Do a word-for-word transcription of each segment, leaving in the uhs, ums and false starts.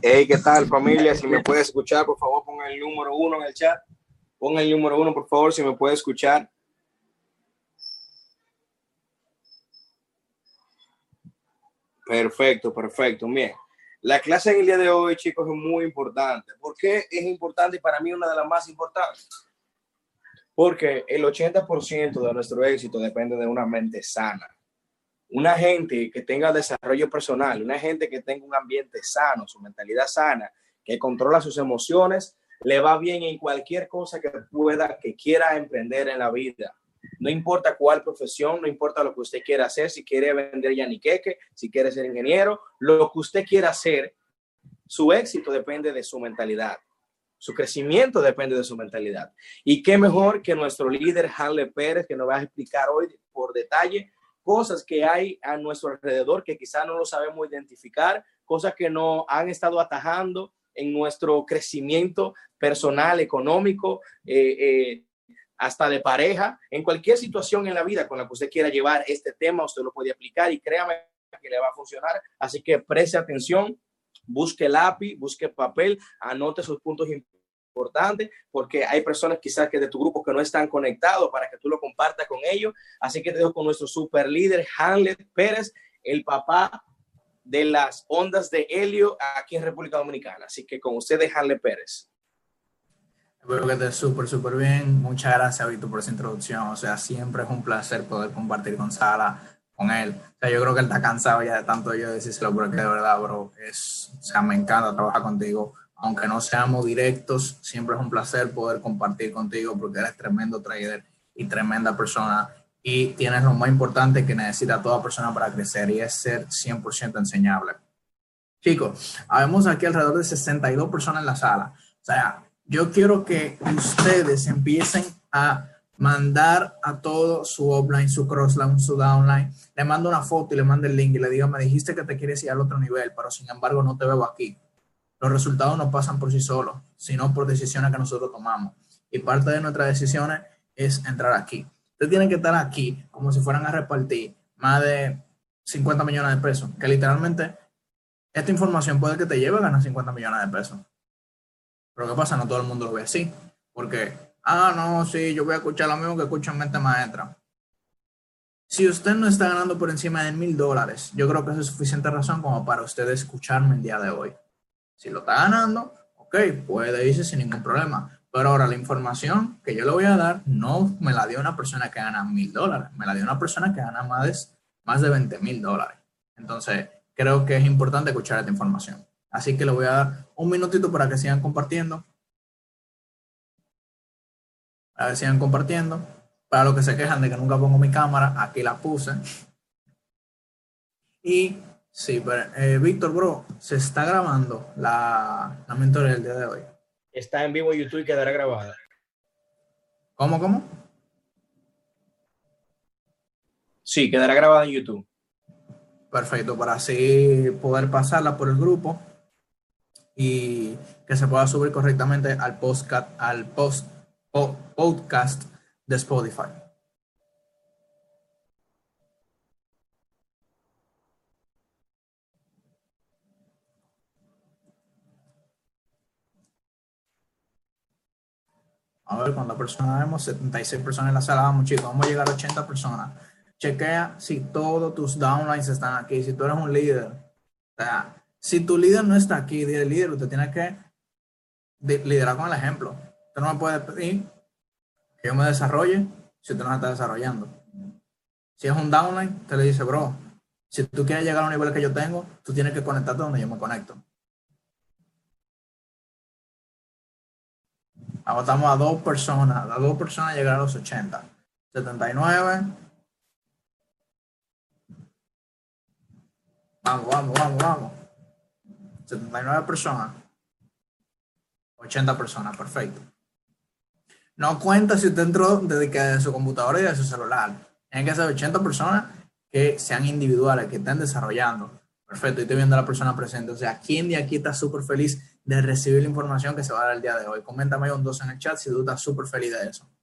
Hey, ¿qué tal, familia? Si me puede escuchar, por favor, pon el número uno en el chat. Pon el número uno, por favor, si me puede escuchar. Perfecto, perfecto. Bien. La clase en el día de hoy, chicos, es muy importante. ¿Por qué es importante? Y para mí una de las más importantes. Porque el ochenta por ciento de nuestro éxito depende de una mente sana. Una gente que tenga desarrollo personal, una gente que tenga un ambiente sano, su mentalidad sana, que controla sus emociones, le va bien en cualquier cosa que pueda, que quiera emprender en la vida. No importa cuál profesión, no importa lo que usted quiera hacer, si quiere vender yaniqueque, si quiere ser ingeniero, lo que usted quiera hacer, su éxito depende de su mentalidad. Su crecimiento depende de su mentalidad. Y qué mejor que nuestro líder, Hanle Pérez, que nos va a explicar hoy por detalle cosas que hay a nuestro alrededor que quizás no lo sabemos identificar, cosas que nos han estado atajando en nuestro crecimiento personal, económico, eh, eh, hasta de pareja, en cualquier situación en la vida con la que usted quiera llevar este tema, usted lo puede aplicar y créame que le va a funcionar. Así que preste atención, busque lápiz, busque papel, anote sus puntos importantes, porque hay personas quizás que de tu grupo que no están conectados para que tú lo compartas con ellos. Así que te dejo con nuestro super líder, Hanle Pérez, el papá de las ondas de helio aquí en República Dominicana. Así que con ustedes, Hanle Pérez. Espero que estés súper, súper bien. Muchas gracias, Víctor, por esa introducción. O sea, siempre es un placer poder compartir con Sara, con él. O sea, yo creo que él está cansado ya de tanto yo decírselo, pero que de verdad, bro, es, o sea, me encanta trabajar contigo. Aunque no seamos directos, siempre es un placer poder compartir contigo porque eres tremendo trader y tremenda persona. Y tienes lo más importante que necesita toda persona para crecer y es ser cien por ciento enseñable. Chicos, habemos aquí alrededor de sesenta y dos personas en la sala. O sea, yo quiero que ustedes empiecen a mandar a todo su offline, su crossline, su downline. Le mando una foto y le mando el link y le digo, me dijiste que te quieres ir al otro nivel, pero sin embargo no te veo aquí. Los resultados no pasan por sí solos, sino por decisiones que nosotros tomamos. Y parte de nuestras decisiones es entrar aquí. Ustedes tienen que estar aquí como si fueran a repartir más de cincuenta millones de pesos, que literalmente esta información puede que te lleve a ganar cincuenta millones de pesos. Pero ¿qué pasa? No todo el mundo lo ve así. Porque, ah, no, sí, yo voy a escuchar lo mismo que escuchan mente maestra. Si usted no está ganando por encima de mil dólares, yo creo que eso es suficiente razón como para usted escucharme el día de hoy. Si lo está ganando, ok, puede irse sin ningún problema. Pero ahora la información que yo le voy a dar no me la dio una persona que gana mil dólares, me la dio una persona que gana más de, más de veinte mil dólares. Entonces, creo que es importante escuchar esta información. Así que le voy a dar un minutito para que sigan compartiendo, para que sigan compartiendo. Para los que se quejan de que nunca pongo mi cámara, aquí la puse. Y sí, pero, eh, Víctor, bro, se está grabando la, la mentoría del día de hoy. Está en vivo en YouTube y quedará grabada. ¿Cómo, cómo? Sí, quedará grabada en YouTube. Perfecto, para así poder pasarla por el grupo y que se pueda subir correctamente al podcast, al post, po, podcast de Spotify. A ver, cuántas personas vemos, setenta y seis personas en la sala, vamos chicos, vamos a llegar a ochenta personas. Chequea si todos tus downlines están aquí, si tú eres un líder. O sea, si tu líder no está aquí, el líder, usted tiene que liderar con el ejemplo. Usted no me puede pedir que yo me desarrolle si usted no se está desarrollando. Si es un downline, usted le dice, bro, si tú quieres llegar a un nivel que yo tengo, tú tienes que conectarte donde yo me conecto. Agotamos a dos personas, a dos personas llegar a los ochenta. setenta y nueve. Vamos, vamos, vamos, vamos. setenta y nueve personas. ochenta personas, perfecto. No cuenta si usted entró desde su computadora y de su celular. Tienen que ser ochenta personas que sean individuales, que estén desarrollando. Perfecto, y estoy viendo a la persona presente. O sea, ¿quién de aquí está súper feliz de recibir la información que se va a dar el día de hoy? Coméntame un dos en el chat si tú estás súper feliz de eso.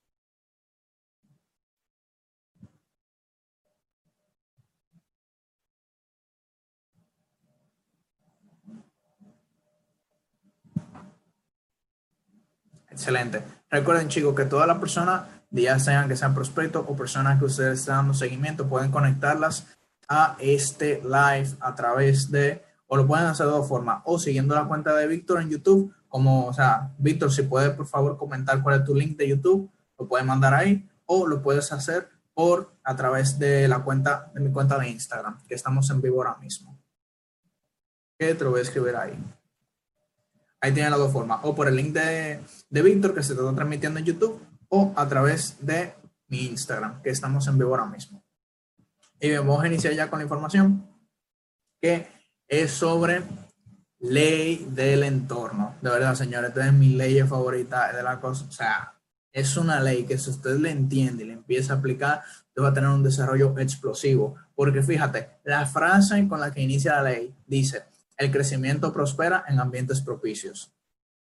Excelente. Recuerden, chicos, que todas las personas, ya sean que sean prospectos o personas que ustedes están dando seguimiento, pueden conectarlas a este live a través de, o lo pueden hacer de dos formas, o siguiendo la cuenta de Víctor en YouTube, como, o sea, Víctor, si puedes, por favor, comentar cuál es tu link de YouTube, lo puedes mandar ahí, o lo puedes hacer por a través de la cuenta, de mi cuenta de Instagram, que estamos en vivo ahora mismo. Que te lo voy a escribir ahí. Ahí tienen las dos formas, o por el link de, de Víctor, que se está transmitiendo en YouTube, o a través de mi Instagram, que estamos en vivo ahora mismo. Y vamos a iniciar ya con la información, que es sobre ley del entorno. De verdad, señores, esta es mi ley favorita de la cosa. O sea, es una ley que si usted le entiende y le empieza a aplicar, usted va a tener un desarrollo explosivo. Porque fíjate, la frase con la que inicia la ley dice: el crecimiento prospera en ambientes propicios.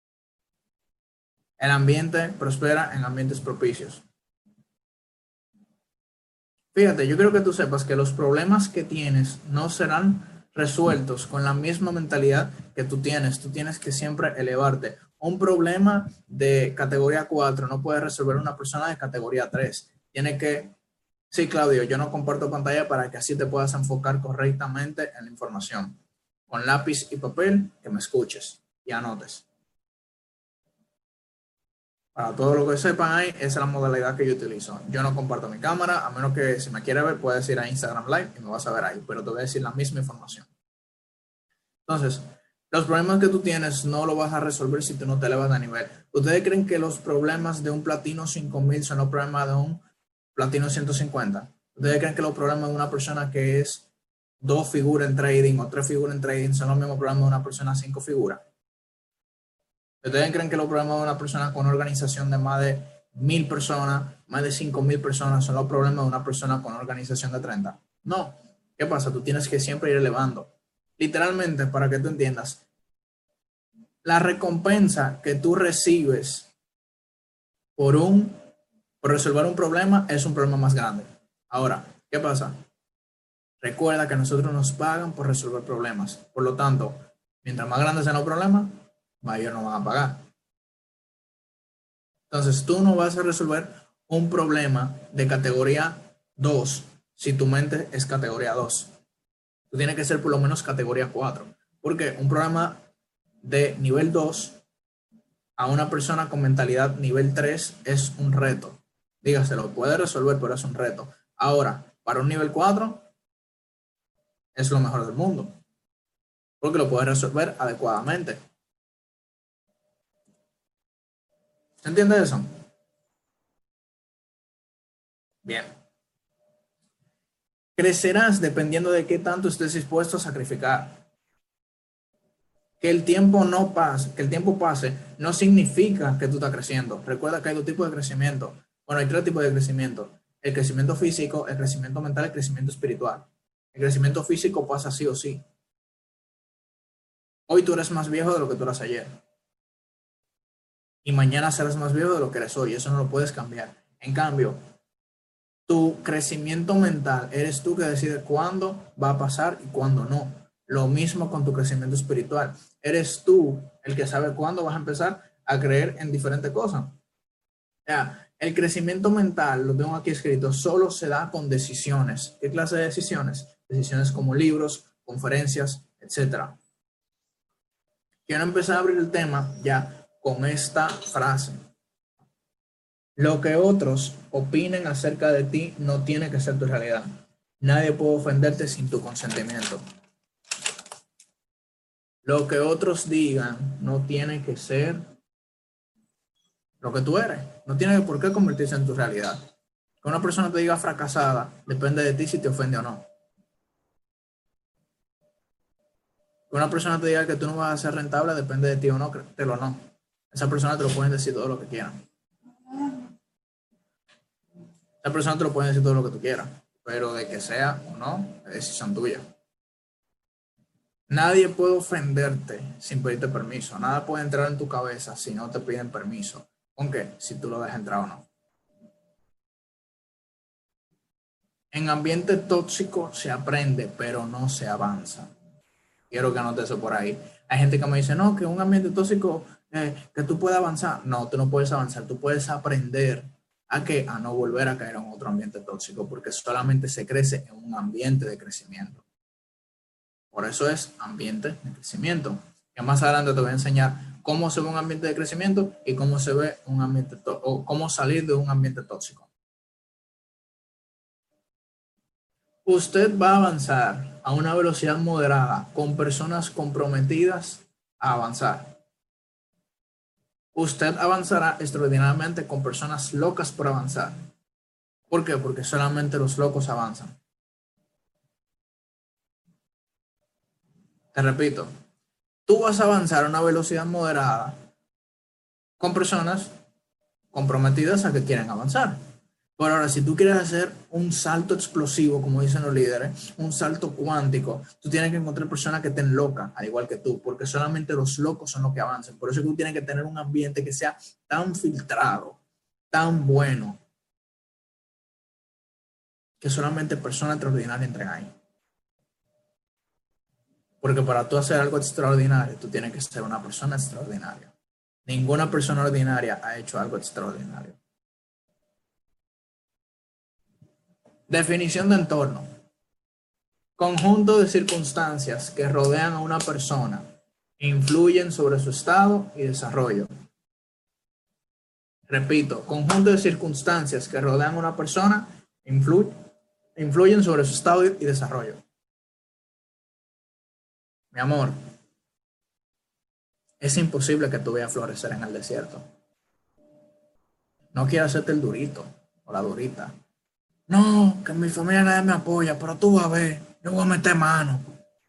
El ambiente prospera en ambientes propicios. Fíjate, yo quiero que tú sepas que los problemas que tienes no serán resueltos con la misma mentalidad que tú tienes. Tú tienes que siempre elevarte. Un problema de categoría cuatro no puede resolver una persona de categoría tres. Tiene que... Sí, Claudio, yo no comparto pantalla para que así te puedas enfocar correctamente en la información. Con lápiz y papel, que me escuches y anotes. Para todo lo que sepan ahí, esa es la modalidad que yo utilizo. Yo no comparto mi cámara, a menos que si me quiere ver, puedes ir a Instagram Live y me vas a ver ahí, pero te voy a decir la misma información. Entonces, los problemas que tú tienes no lo vas a resolver si tú no te elevas de nivel. ¿Ustedes creen que los problemas de un platino cinco mil son los problemas de un platino ciento cincuenta? ¿Ustedes creen que los problemas de una persona que es dos figuras en trading o tres figuras en trading son los mismos problemas de una persona cinco figuras? ¿Ustedes creen que los problemas de una persona con una organización de más de mil personas, más de cinco mil personas, son los problemas de una persona con una organización de treinta? No. ¿Qué pasa? Tú tienes que siempre ir elevando. Literalmente, para que tú entiendas, la recompensa que tú recibes por, un, por resolver un problema es un problema más grande. Ahora, ¿qué pasa? Recuerda que a nosotros nos pagan por resolver problemas. Por lo tanto, mientras más grandes sean los problemas, mayor nos van a pagar. Entonces, tú no vas a resolver un problema de categoría dos si tu mente es categoría dos. Tú tienes que ser por lo menos categoría cuatro. Porque un problema de nivel dos a una persona con mentalidad nivel tres es un reto. Dígase, lo puede resolver, pero es un reto. Ahora, para un nivel cuatro es lo mejor del mundo. Porque lo puede resolver adecuadamente. ¿Se entiende eso? Bien. Crecerás dependiendo de qué tanto estés dispuesto a sacrificar. Que el tiempo no pase, que el tiempo pase no significa que tú estás creciendo. Recuerda que hay dos tipos de crecimiento. Bueno, hay tres tipos de crecimiento. El crecimiento físico, el crecimiento mental y el crecimiento espiritual. El crecimiento físico pasa sí o sí. Hoy tú eres más viejo de lo que tú eras ayer. Y mañana serás más viejo de lo que eres hoy. Eso no lo puedes cambiar. En cambio, tu crecimiento mental eres tú que decides cuándo va a pasar y cuándo no. Lo mismo con tu crecimiento espiritual. Eres tú el que sabe cuándo vas a empezar a creer en diferentes cosas. Ya, el crecimiento mental, lo tengo aquí escrito, solo se da con decisiones. ¿Qué clase de decisiones? Decisiones como libros, conferencias, etcétera. Quiero empezar a abrir el tema ya con esta frase. Lo que otros opinen acerca de ti no tiene que ser tu realidad. Nadie puede ofenderte sin tu consentimiento. Lo que otros digan no tiene que ser lo que tú eres. No tiene por qué convertirse en tu realidad. Que una persona te diga fracasada depende de ti si te ofende o no. Que una persona te diga que tú no vas a ser rentable depende de ti o no, créetelo o no. Esa persona te lo pueden decir todo lo que quieran. Esa persona te lo pueden decir todo lo que tú quieras. Pero de que sea o no, es decisión tuya. Nadie puede ofenderte sin pedirte permiso. Nada puede entrar en tu cabeza si no te piden permiso. ¿Con qué? Si tú lo dejas entrar o no. En ambiente tóxico se aprende, pero no se avanza. Quiero que anotes eso por ahí. Hay gente que me dice, no, que un ambiente tóxico eh, que tú puedes avanzar. No, tú no puedes avanzar, tú puedes aprender a que a no volver a caer en otro ambiente tóxico, porque solamente se crece en un ambiente de crecimiento. Por eso es ambiente de crecimiento. Que más adelante te voy a enseñar cómo se ve un ambiente de crecimiento y cómo se ve un ambiente o cómo salir de un ambiente tóxico. Usted va a avanzar a una velocidad moderada con personas comprometidas a avanzar. Usted avanzará extraordinariamente con personas locas por avanzar. ¿Por qué? Porque solamente los locos avanzan. Te repito, tú vas a avanzar a una velocidad moderada con personas comprometidas a que quieren avanzar. Pero ahora, si tú quieres hacer un salto explosivo, como dicen los líderes, un salto cuántico, tú tienes que encontrar personas que estén locas, al igual que tú, porque solamente los locos son los que avanzan. Por eso es que tú tienes que tener un ambiente que sea tan filtrado, tan bueno, que solamente personas extraordinarias entren ahí. Porque para tú hacer algo extraordinario, tú tienes que ser una persona extraordinaria. Ninguna persona ordinaria ha hecho algo extraordinario. Definición de entorno. Conjunto de circunstancias que rodean a una persona e influyen sobre su estado y desarrollo. Repito, conjunto de circunstancias que rodean a una persona e influ- influyen sobre su estado y desarrollo. Mi amor, es imposible que tú veas florecer en el desierto. No quiero hacerte el durito o la durita. No, que mi familia nadie me apoya, pero tú vas a ver, yo voy a meter mano.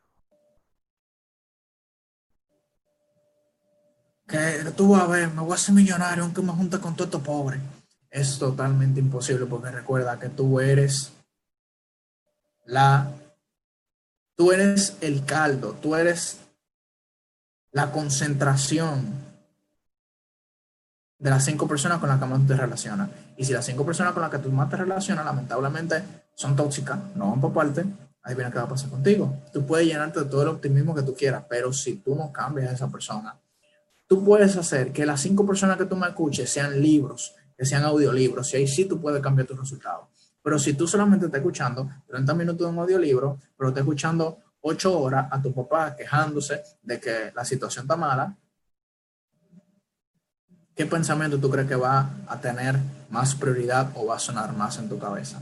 Que tú vas a ver, me voy a hacer millonario aunque me junte con todo esto pobre. Es totalmente imposible porque recuerda que tú eres la, tú eres el caldo, tú eres la concentración de las cinco personas con las que más te relacionas. Y si las cinco personas con las que tú más te relacionas, lamentablemente, son tóxicas, no van por parte, adivina qué va a pasar contigo. Tú puedes llenarte de todo el optimismo que tú quieras, pero si tú no cambias a esa persona, tú puedes hacer que las cinco personas que tú me escuches sean libros, que sean audiolibros, y ahí sí tú puedes cambiar tus resultados. Pero si tú solamente estás escuchando treinta minutos de un audiolibro, pero estás escuchando ocho horas a tu papá quejándose de que la situación está mala, ¿qué pensamiento tú crees que va a tener más prioridad o va a sonar más en tu cabeza?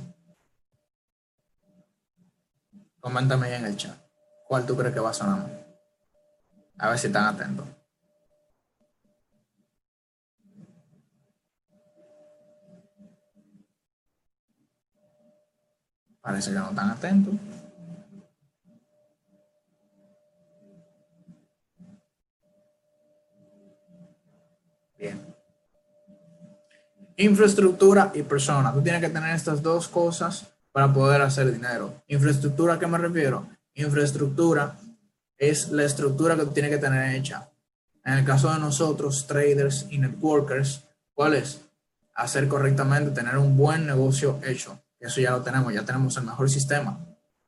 Coméntame ahí en el chat. ¿Cuál tú crees que va a sonar más? A ver si están atentos. Parece que no están atentos. Bien. Infraestructura y persona. Tú tienes que tener estas dos cosas para poder hacer dinero. ¿Infraestructura a qué me refiero? Infraestructura es la estructura que tú tienes que tener hecha. En el caso de nosotros, traders y networkers, ¿cuál es? Hacer correctamente, tener un buen negocio hecho. Eso ya lo tenemos, ya tenemos el mejor sistema.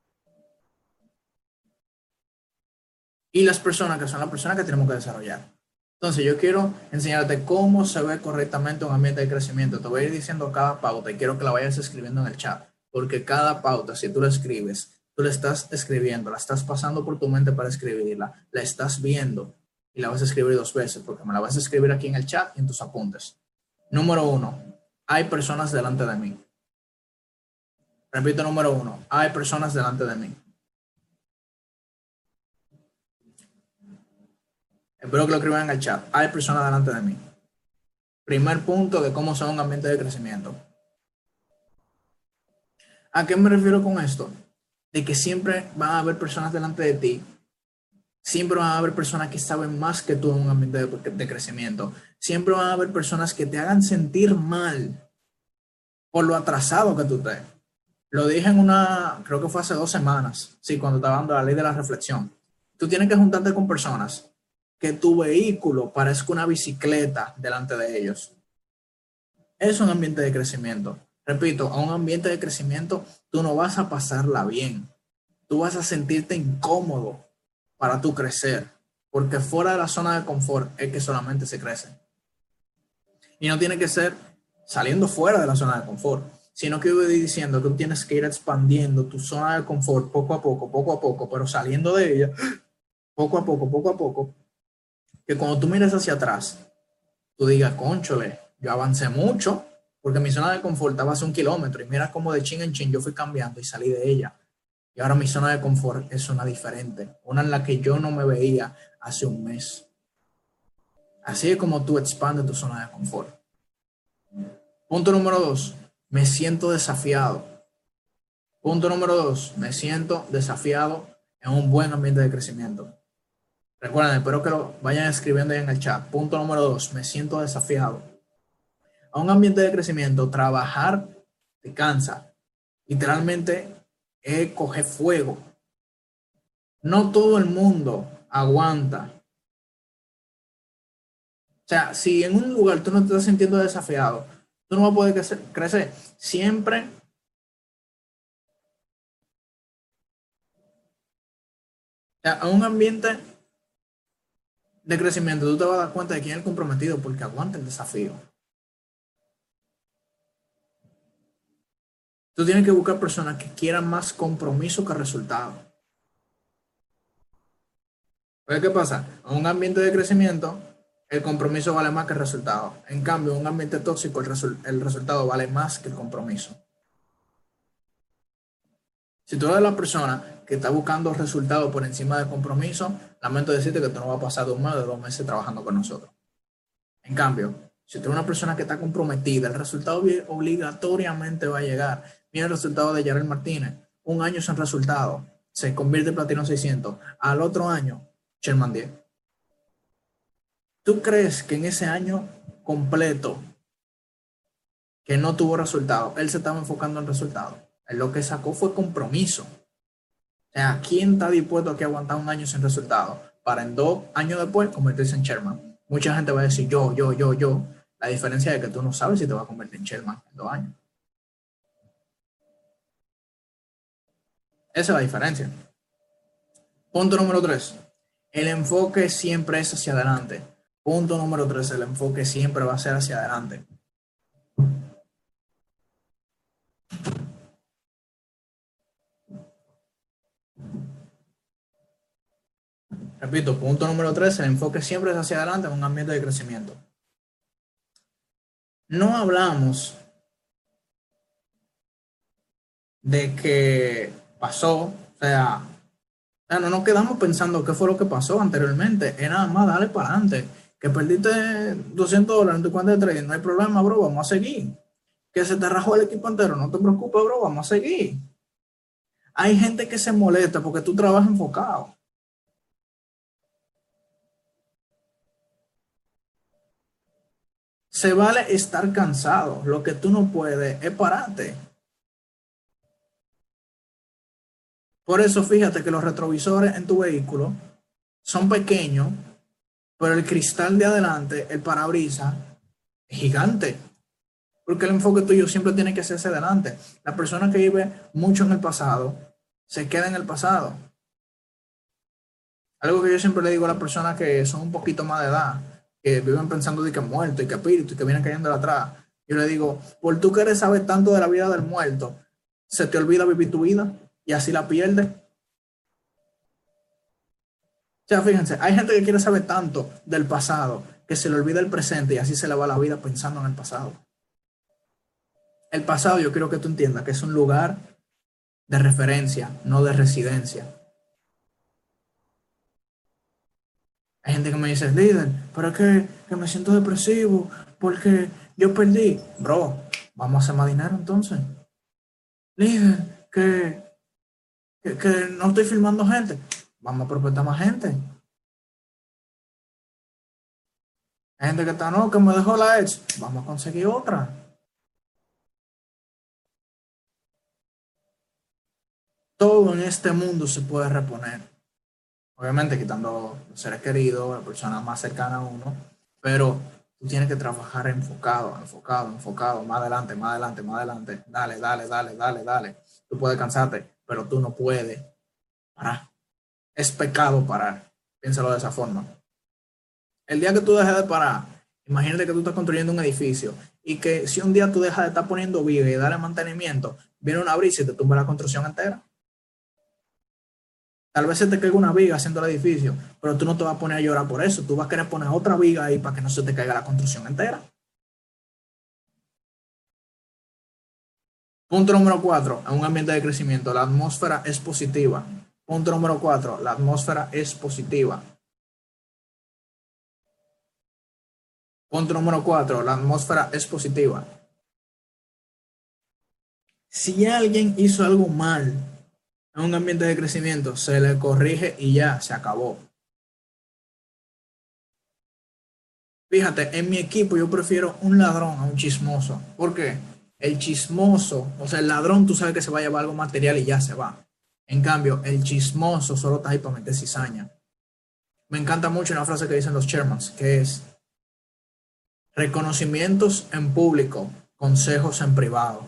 Y las personas, que son las personas que tenemos que desarrollar. Entonces, yo quiero enseñarte cómo se ve correctamente un ambiente de crecimiento. Te voy a ir diciendo cada pauta y quiero que la vayas escribiendo en el chat, porque cada pauta, si tú la escribes, tú la estás escribiendo, la estás pasando por tu mente para escribirla, la estás viendo y la vas a escribir dos veces, porque me la vas a escribir aquí en el chat y en tus apuntes. Número uno, hay personas delante de mí. Repito, número uno, hay personas delante de mí. Espero que lo escriban en el chat. Hay personas delante de mí. Primer punto de cómo son un ambiente de crecimiento. ¿A qué me refiero con esto? De que siempre van a haber personas delante de ti. Siempre van a haber personas que saben más que tú en un ambiente de, de crecimiento. Siempre van a haber personas que te hagan sentir mal por lo atrasado que tú estés. Lo dije en una, creo que fue hace dos semanas, sí, cuando estaba dando la ley de la reflexión. Tú tienes que juntarte con personas que tu vehículo parezca una bicicleta delante de ellos. Es un ambiente de crecimiento. Repito, a un ambiente de crecimiento tú no vas a pasarla bien. Tú vas a sentirte incómodo para tú crecer. porque fuera de la zona de confort es que solamente se crece. Y no tiene que ser saliendo fuera de la zona de confort, sino que voy diciendo que tú tienes que ir expandiendo tu zona de confort poco a poco, poco a poco, pero saliendo de ella poco a poco, poco a poco, que cuando tú mires hacia atrás, tú digas, cónchole, yo avancé mucho, porque mi zona de confort estaba hace un kilómetro, y mira cómo de chin en chin yo fui cambiando y salí de ella. Y ahora mi zona de confort es una diferente, una en la que yo no me veía hace un mes. Así es como tú expandes tu zona de confort. Punto número dos, me siento desafiado. Punto número dos, me siento desafiado en un buen ambiente de crecimiento. Recuerden, espero que lo vayan escribiendo ahí en el chat. Punto número dos, me siento desafiado. A un ambiente de crecimiento, trabajar te cansa. Literalmente, es coger fuego. No todo el mundo aguanta. O sea, si en un lugar tú no te estás sintiendo desafiado, tú no vas a poder crecer. crecer. Siempre o sea, a un ambiente de crecimiento, tú te vas a dar cuenta de quién es el comprometido porque aguanta el desafío. Tú tienes que buscar personas que quieran más compromiso que resultado. ¿Pero qué pasa? En un ambiente de crecimiento, el compromiso vale más que el resultado. En cambio, en un ambiente tóxico, el, resu el resultado vale más que el compromiso. Si tú eres la persona que está buscando resultados por encima del compromiso, lamento decirte que tú no vas a pasar de un mes o de dos meses trabajando con nosotros. En cambio, si tú eres una persona que está comprometida, el resultado obligatoriamente va a llegar. Mira el resultado de Yarel Martínez. Un año sin resultado. Se convierte en platino seiscientos. Al otro año, Sherman diez. ¿Tú crees que en ese año completo que no tuvo resultado, él se estaba enfocando en resultados? Él lo que sacó fue compromiso. O sea, ¿quién está dispuesto a que aguantar un año sin resultado para en dos años después convertirse en chairman? Mucha gente va a decir yo, yo, yo, yo. La diferencia es que tú no sabes si te vas a convertir en chairman en dos años. Esa es la diferencia. Punto número tres. El enfoque siempre es hacia adelante. Punto número tres. El enfoque siempre va a ser hacia adelante. Repito, punto número tres. El enfoque siempre es hacia adelante en un ambiente de crecimiento. No hablamos de que pasó, o sea, no nos quedamos pensando qué fue lo que pasó anteriormente. Es nada más darle para adelante. Que perdiste doscientos dólares en tu cuenta de trading, no hay problema, bro, vamos a seguir. Que se te rajó el equipo entero, no te preocupes, bro, vamos a seguir. Hay gente que se molesta porque tú trabajas enfocado. Se vale estar cansado. Lo que tú no puedes es pararte. Por eso fíjate que los retrovisores en tu vehículo son pequeños, pero el cristal de adelante, el parabrisas, es gigante. Porque el enfoque tuyo siempre tiene que hacerse adelante. La persona que vive mucho en el pasado se queda en el pasado. Algo que yo siempre le digo a las personas que son un poquito más de edad, que viven pensando de que muerto y que espíritu y que vienen cayendo de atrás. Yo le digo, por tú querer saber tanto de la vida del muerto, se te olvida vivir tu vida y así la pierdes. O sea, fíjense, hay gente que quiere saber tanto del pasado que se le olvida el presente y así se le va la vida pensando en el pasado. El pasado yo quiero que tú entiendas que es un lugar de referencia, no de residencia. Hay gente que me dice, líder, pero es que, que me siento depresivo porque yo perdí. Bro, vamos a hacer más dinero entonces. Líder, que, que, que no estoy filmando gente. Vamos a prospectar más gente. Hay gente que está, no, que me dejó la ex. Vamos a conseguir otra. Todo en este mundo se puede reponer. Obviamente quitando los seres queridos, la persona más cercana a uno, pero tú tienes que trabajar enfocado, enfocado, enfocado, más adelante, más adelante, más adelante. Dale, dale, dale, dale, dale. Tú puedes cansarte, pero tú no puedes parar. Es pecado parar. Piénsalo de esa forma. El día que tú dejes de parar, imagínate que tú estás construyendo un edificio y que si un día tú dejas de estar poniendo viga y darle mantenimiento, viene una brisa y te tumba la construcción entera. Tal vez se te caiga una viga haciendo el edificio, pero tú no te vas a poner a llorar por eso. Tú vas a querer poner otra viga ahí para que no se te caiga la construcción entera. Punto número cuatro, en un ambiente de crecimiento, la atmósfera es positiva. Punto número cuatro, la atmósfera es positiva. Punto número cuatro, la atmósfera es positiva. Si alguien hizo algo mal en un ambiente de crecimiento, se le corrige y ya, se acabó. Fíjate, en mi equipo yo prefiero un ladrón a un chismoso. ¿Por qué? El chismoso, o sea, el ladrón tú sabes que se va a llevar algo material y ya se va. En cambio, el chismoso solo está ahí para meter cizaña. Me encanta mucho una frase que dicen los chairmans, que es reconocimientos en público, consejos en privado.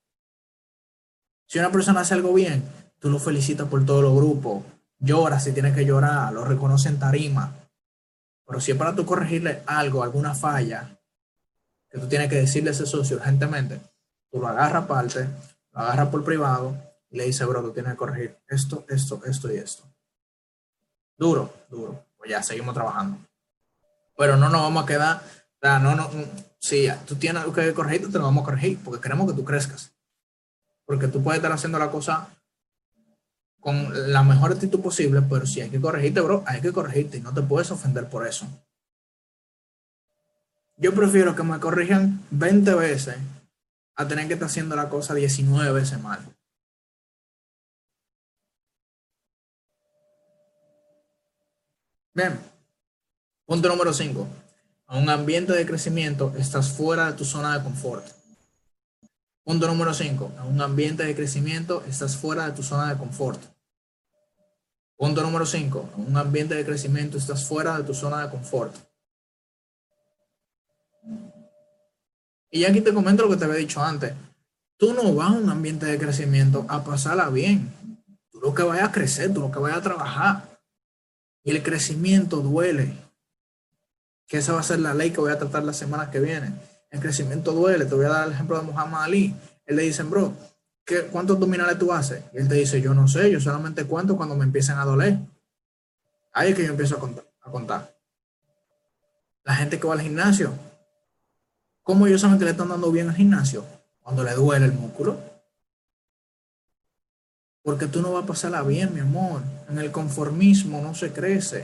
Si una persona hace algo bien, tú lo felicitas por todos los grupos, lloras si tienes que llorar, lo reconoce en tarima. Pero si es para tú corregirle algo, alguna falla, que tú tienes que decirle a ese socio urgentemente, tú lo agarras aparte, lo agarras por privado y le dices, bro, tú tienes que corregir esto, esto, esto y esto. Duro, duro. Pues ya, seguimos trabajando. Pero no nos vamos a quedar, o sea, no, no, si tú tienes que corregirte, te lo vamos a corregir, porque queremos que tú crezcas. Porque tú puedes estar haciendo la cosa con la mejor actitud posible, pero si hay que corregirte, bro, hay que corregirte y no te puedes ofender por eso. Yo prefiero que me corrijan veinte veces a tener que estar haciendo la cosa diecinueve veces mal. Bien, punto número cinco. En un ambiente de crecimiento estás fuera de tu zona de confort. Punto número cinco. En un ambiente de crecimiento estás fuera de tu zona de confort. Punto número cinco. En un ambiente de crecimiento estás fuera de tu zona de confort. Y aquí te comento lo que te había dicho antes. Tú no vas a un ambiente de crecimiento a pasarla bien. Tú lo que vayas a crecer, tú lo que vayas a trabajar. Y el crecimiento duele. Que esa va a ser la ley que voy a tratar la semana que viene. El crecimiento duele. Te voy a dar el ejemplo de Muhammad Ali. Él le dice, bro, ¿qué, ¿cuántos abdominales tú haces? Y él te dice, yo no sé, yo solamente cuento cuando me empiezan a doler. Ahí es que yo empiezo a contar. A contar. La gente que va al gimnasio, ¿cómo ellos saben que le están dando bien al gimnasio? Cuando le duele el músculo. Porque tú no vas a pasarla bien, mi amor. En el conformismo no se crece.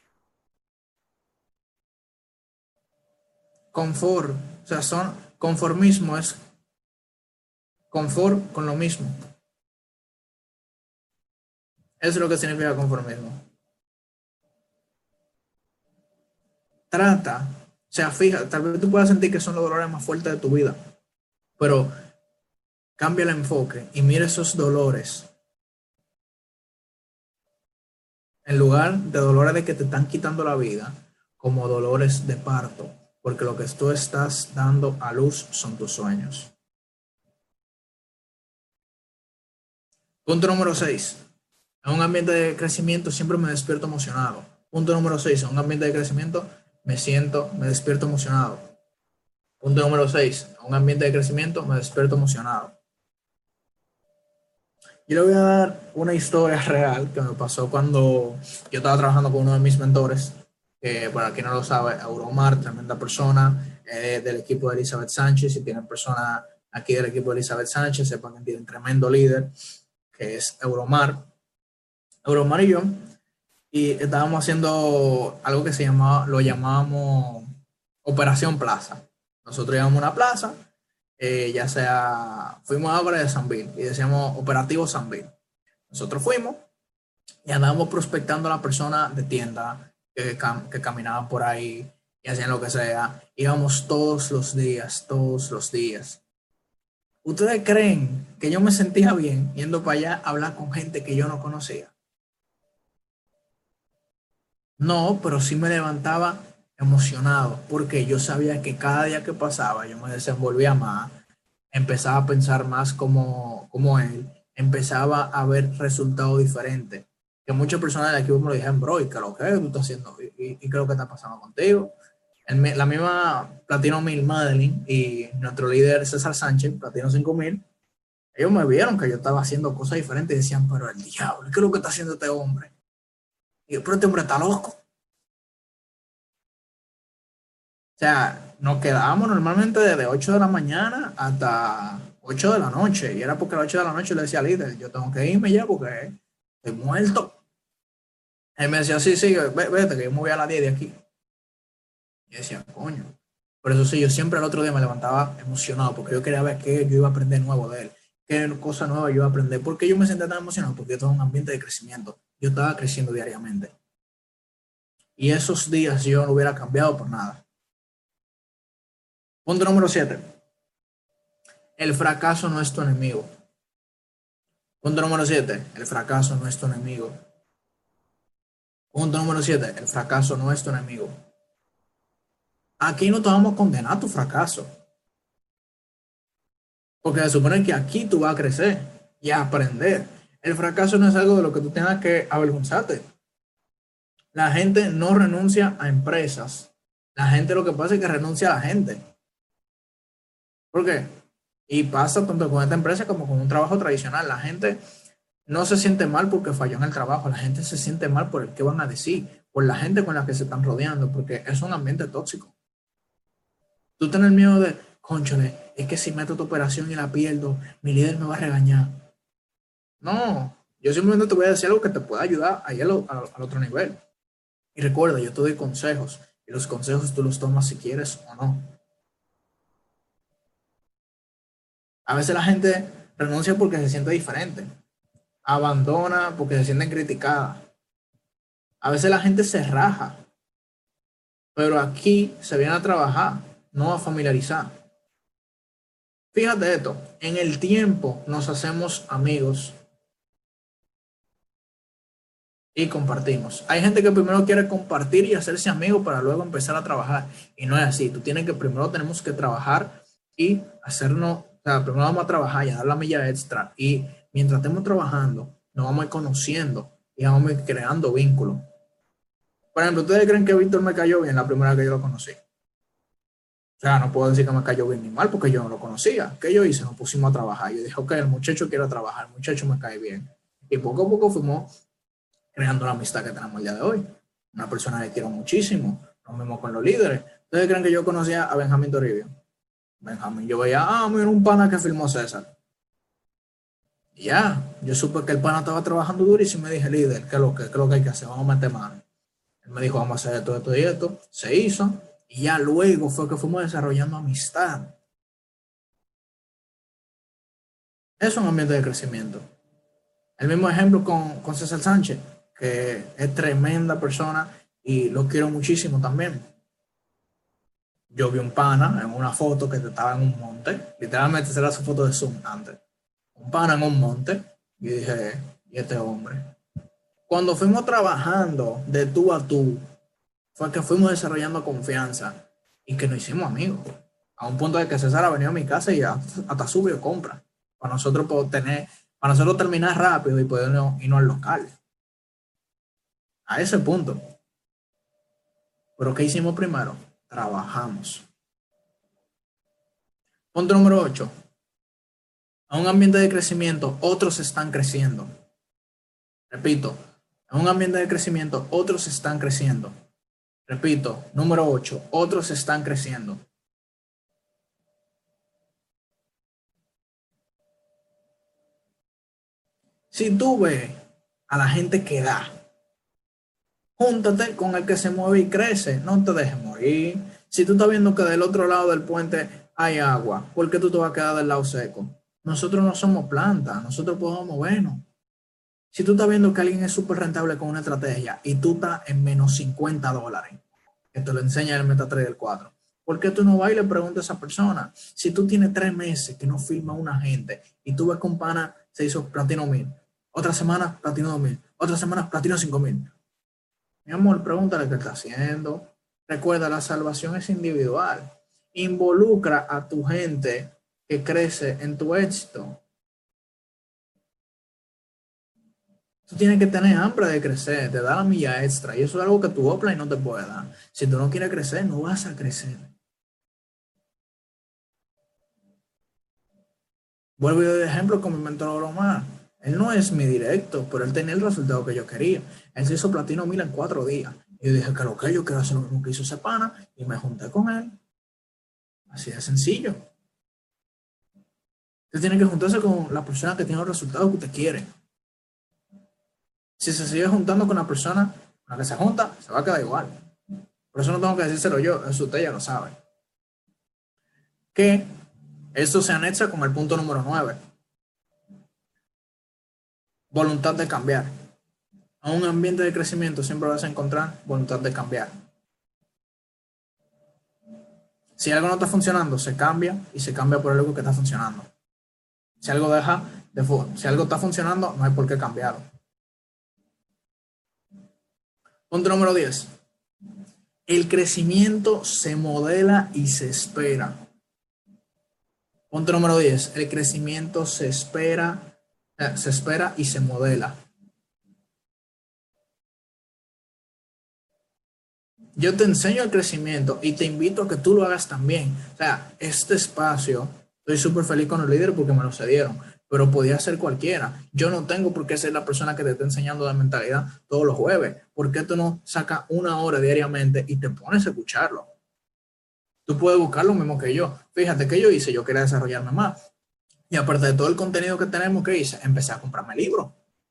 Confort, o sea, son, conformismo es confort con lo mismo. Eso es lo que significa conformismo. Trata, o sea, fija, tal vez tú puedas sentir que son los dolores más fuertes de tu vida, pero cambia el enfoque y mira esos dolores. En lugar de dolores de que te están quitando la vida, como dolores de parto, porque lo que tú estás dando a luz son tus sueños. Punto número seis. En un ambiente de crecimiento siempre me despierto emocionado. Punto número seis. En un ambiente de crecimiento me siento, me despierto emocionado. Punto número seis. En un ambiente de crecimiento me despierto emocionado. Yo le voy a dar una historia real que me pasó cuando yo estaba trabajando con uno de mis mentores, que para quien no lo sabe, Euromar, tremenda persona, eh, del equipo de Elizabeth Sánchez. Si tienen personas aquí del equipo de Elizabeth Sánchez, sepan que tiene un tremendo líder, que es Euromar. Euromar y yo, y estábamos haciendo algo que se llamaba, lo llamábamos Operación Plaza. Nosotros íbamos a una plaza, eh, ya sea, fuimos ahora de Sanville y decíamos Operativo Sanville. Nosotros fuimos y andábamos prospectando a las personas de tienda que, cam que caminaban por ahí y hacían lo que sea. Íbamos todos los días, todos los días. ¿Ustedes creen que yo me sentía bien yendo para allá a hablar con gente que yo no conocía? No, pero sí me levantaba emocionado porque yo sabía que cada día que pasaba yo me desenvolvía más, empezaba a pensar más como, como él, empezaba a ver resultados diferentes. que muchas personas del equipo me lo dijeron, bro, ¿y qué es lo que tú estás haciendo? ¿Y, y, y qué es lo que está pasando contigo? El, la misma Platino mil, Madeline, y nuestro líder César Sánchez, Platino cinco mil, ellos me vieron que yo estaba haciendo cosas diferentes y decían, pero el diablo, ¿qué es lo que está haciendo este hombre? Y yo, pero este hombre está loco. O sea, nos quedábamos normalmente desde ocho de la mañana hasta ocho de la noche. Y era porque a las ocho de la noche le decía al líder, yo tengo que irme ya porque estoy muerto. Él me decía, sí, sí, vete, que yo me voy a las diez de aquí. Y yo decía, coño. Por eso sí, yo siempre el otro día me levantaba emocionado porque yo quería ver qué yo iba a aprender nuevo de él, qué cosa nueva yo iba a aprender. ¿Por qué yo me sentía tan emocionado? Porque yo estaba en un ambiente de crecimiento. Yo estaba creciendo diariamente. Y esos días yo no hubiera cambiado por nada. Punto número siete. El fracaso no es tu enemigo. Punto número siete. El fracaso no es tu enemigo. Punto número siete. El fracaso no es tu enemigo. Aquí no te vamos a condenar a tu fracaso. Porque se supone que aquí tú vas a crecer y a aprender. El fracaso no es algo de lo que tú tengas que avergonzarte. La gente no renuncia a empresas. La gente lo que pasa es que renuncia a la gente. ¿Por qué? Y pasa tanto con esta empresa como con un trabajo tradicional. La gente no se siente mal porque falló en el trabajo. La gente se siente mal por el que van a decir, por la gente con la que se están rodeando, porque es un ambiente tóxico. Tú tienes miedo de, cónchale, es que si meto tu operación y la pierdo, mi líder me va a regañar. No, yo simplemente te voy a decir algo que te pueda ayudar a ir al, al otro nivel. Y recuerda, yo te doy consejos y los consejos tú los tomas si quieres o no. A veces la gente renuncia porque se siente diferente. Abandona porque se sienten criticadas. A veces la gente se raja. Pero aquí se viene a trabajar, no a familiarizar. Fíjate esto, en el tiempo nos hacemos amigos y compartimos. Hay gente que primero quiere compartir y hacerse amigo para luego empezar a trabajar. Y no es así. Tú tienes que primero tenemos que trabajar y hacernos, o sea, primero vamos a trabajar y a dar la milla extra. Y mientras estemos trabajando, nos vamos a ir conociendo y vamos a ir creando vínculos. Por ejemplo, ¿ustedes creen que Víctor me cayó bien la primera vez que yo lo conocí? O sea, no puedo decir que me cayó bien ni mal porque yo no lo conocía. ¿Qué yo hice? Nos pusimos a trabajar. Yo dije, ok, el muchacho quiere trabajar, el muchacho me cae bien. Y poco a poco fuimos creando la amistad que tenemos el día de hoy. Una persona que quiero muchísimo. Lo mismo con los líderes. ¿Ustedes creen que yo conocía a Benjamín Toribio? Benjamín, yo veía, ah, mira, un pana que filmó César. Y ya, yo supe que el pana estaba trabajando durísimo y me dije, líder, ¿qué es lo que, qué es lo que hay que hacer? Vamos a meter mano. Él me dijo, vamos a hacer esto, esto y esto. Se hizo. Y ya luego fue que fuimos desarrollando amistad. Es un ambiente de crecimiento. El mismo ejemplo con, con César Sánchez, que es tremenda persona y lo quiero muchísimo también. Yo vi un pana en una foto que estaba en un monte. Literalmente será su foto de Zoom antes. Un pana en un monte. Y dije, ¿y este hombre? Cuando fuimos trabajando de tú a tú, fue que fuimos desarrollando confianza y que nos hicimos amigos. A un punto de que César ha venido a mi casa y hasta subió compra. Para nosotros poder tener, para nosotros terminar rápido y poder irnos al local. A ese punto. Pero ¿qué hicimos primero? Trabajamos. Punto número ocho. En un ambiente de crecimiento, otros están creciendo. Repito, en un ambiente de crecimiento, otros están creciendo. Repito, número ocho, otros están creciendo. Si tú ves a la gente que da, júntate con el que se mueve y crece, no te dejes morir. Si tú estás viendo que del otro lado del puente hay agua, ¿por qué tú te vas a quedar del lado seco? Nosotros no somos plantas, nosotros podemos movernos. Si tú estás viendo que alguien es súper rentable con una estrategia y tú estás en menos cincuenta dólares, que te lo enseña el MetaTrader cuatro, ¿por qué tú no vas y le preguntas a esa persona? Si tú tienes tres meses que no firma una gente y tú ves que un pana se hizo platino mil, otra semana platino dos mil, otra semana platino cinco mil. Mi amor, pregúntale qué está haciendo. Recuerda, la salvación es individual. Involucra a tu gente que crece en tu éxito. Tú tienes que tener hambre de crecer, de dar la milla extra. Y eso es algo que tu offline no te puede dar. Si tú no quieres crecer, no vas a crecer. Vuelvo yo de ejemplo con mi mentor Omar. Él no es mi directo, pero él tenía el resultado que yo quería. Él se hizo platino mil en cuatro días. Y yo dije que lo que yo quiero hacer lo mismo que hizo ese pana. Y me junté con él. Así de sencillo. Usted tiene que juntarse con la persona que tiene los resultados que usted quiere. Si se sigue juntando con la persona con la que se junta, se va a quedar igual. Por eso no tengo que decírselo yo, eso usted ya lo sabe. Que esto se anexa con el punto número nueve. Voluntad de cambiar. En un ambiente de crecimiento siempre vas a encontrar voluntad de cambiar. Si algo no está funcionando, se cambia y se cambia por algo que está funcionando. Si algo deja de si algo está funcionando, no hay por qué cambiarlo. Punto número diez. El crecimiento se modela y se espera. Punto número diez. El crecimiento se espera, eh, se espera y se modela. Yo te enseño el crecimiento y te invito a que tú lo hagas también. O sea, este espacio, estoy súper feliz con el líder porque me lo cedieron, pero podía ser cualquiera. Yo no tengo por qué ser la persona que te está enseñando de mentalidad todos los jueves. ¿Por qué tú no sacas una hora diariamente y te pones a escucharlo? Tú puedes buscar lo mismo que yo. Fíjate que yo hice, yo quería desarrollarme más. Y aparte de todo el contenido que tenemos, ¿qué hice? Empecé a comprarme libros.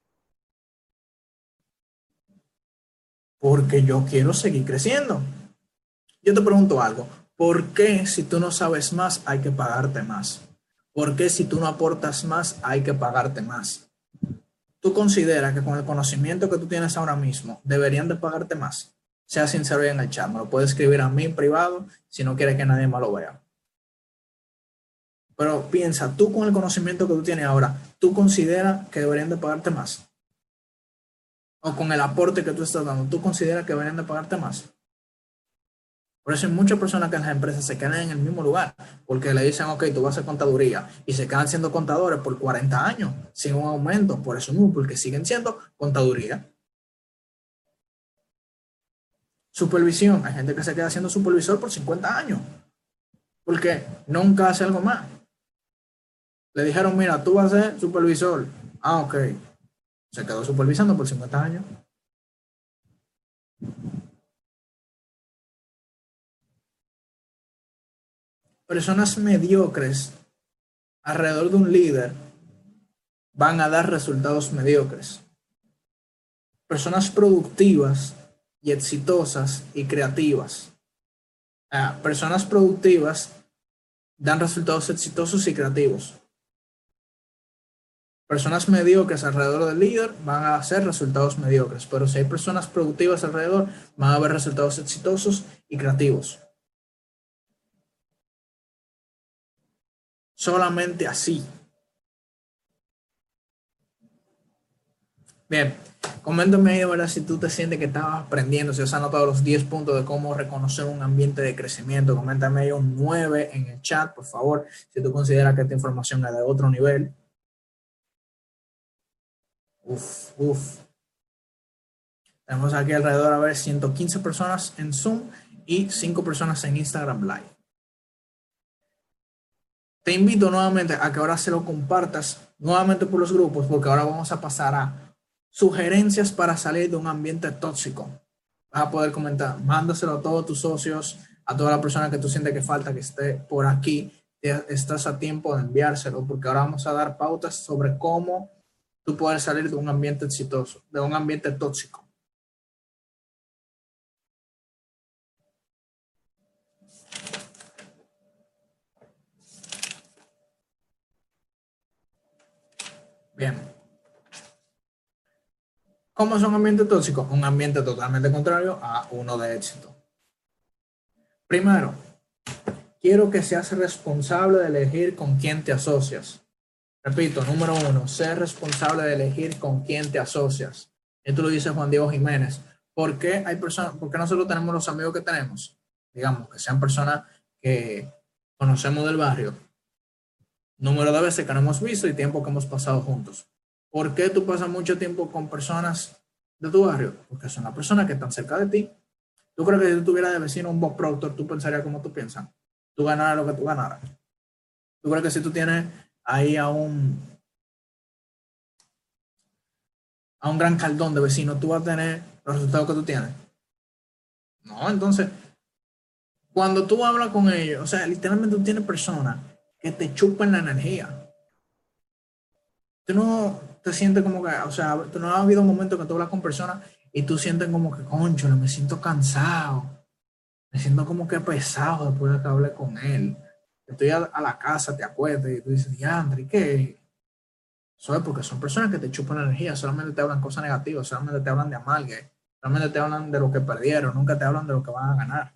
Porque yo quiero seguir creciendo. Yo te pregunto algo. ¿Por qué si tú no sabes más hay que pagarte más? ¿Por qué si tú no aportas más hay que pagarte más? ¿Tú consideras que con el conocimiento que tú tienes ahora mismo deberían de pagarte más? Sea sincero ahí en el chat. Me lo puedes escribir a mí en privado si no quieres que nadie más lo vea. Pero piensa, tú con el conocimiento que tú tienes ahora, ¿tú consideras que deberían de pagarte más? O con el aporte que tú estás dando, ¿tú consideras que deberían de pagarte más? Por eso hay muchas personas que en las empresas se quedan en el mismo lugar, porque le dicen, ok, tú vas a hacer contaduría, y se quedan siendo contadores por cuarenta años, sin un aumento, por eso mismo, porque siguen siendo contaduría. Supervisión, hay gente que se queda siendo supervisor por cincuenta años, porque nunca hace algo más. Le dijeron, mira, tú vas a ser supervisor. Ah, ok. Se quedó supervisando por cincuenta años. Personas mediocres alrededor de un líder van a dar resultados mediocres. Personas productivas y exitosas y creativas. Ah, personas productivas dan resultados exitosos y creativos. Personas mediocres alrededor del líder van a hacer resultados mediocres, pero si hay personas productivas alrededor, van a haber resultados exitosos y creativos. Solamente así. Bien, coméntame ahí, ¿verdad? Si tú te sientes que estabas aprendiendo, si has anotado los diez puntos de cómo reconocer un ambiente de crecimiento. Coméntame ahí un nueve en el chat, por favor, si tú consideras que esta información es de otro nivel. Uf, uf. Tenemos aquí alrededor, a ver, ciento quince personas en Zoom y cinco personas en Instagram Live. Te invito nuevamente a que ahora se lo compartas nuevamente por los grupos, porque ahora vamos a pasar a sugerencias para salir de un ambiente tóxico. Vas a poder comentar, mándaselo a todos tus socios, a toda la persona que tú sientes que falta que esté por aquí. Estás a tiempo de enviárselo, porque ahora vamos a dar pautas sobre cómo tú puedes salir de un ambiente exitoso, de un ambiente tóxico. Bien. ¿Cómo es un ambiente tóxico? Un ambiente totalmente contrario a uno de éxito. Primero, quiero que seas responsable de elegir con quién te asocias. Repito, número uno, ser responsable de elegir con quién te asocias. Esto lo dice Juan Diego Jiménez. ¿Por qué hay personas, por qué nosotros tenemos los amigos que tenemos? Digamos, que sean personas que conocemos del barrio. Número de veces que no hemos visto y tiempo que hemos pasado juntos. ¿Por qué tú pasas mucho tiempo con personas de tu barrio? Porque son las personas que están cerca de ti. ¿Tú crees que si tú tuvieras de vecino un boss productor, tú pensarías como tú piensas? Tú ganaras lo que tú ganaras. ¿Tú crees que si tú tienes ahí a un, a un gran caldón de vecinos, tú vas a tener los resultados que tú tienes? No, entonces, cuando tú hablas con ellos, o sea, literalmente tú tienes personas que te chupan la energía. Tú no te sientes como que, o sea, tú no has habido un momento que tú hablas con personas y tú sientes como que, concho, me siento cansado, me siento como que pesado después de que hablé con él. Estoy a, a la casa, te acuestas y tú dices, diantre, ¿qué? Eso es porque son personas que te chupan la energía, solamente te hablan cosas negativas, solamente te hablan de amargue, solamente te hablan de lo que perdieron, nunca te hablan de lo que van a ganar.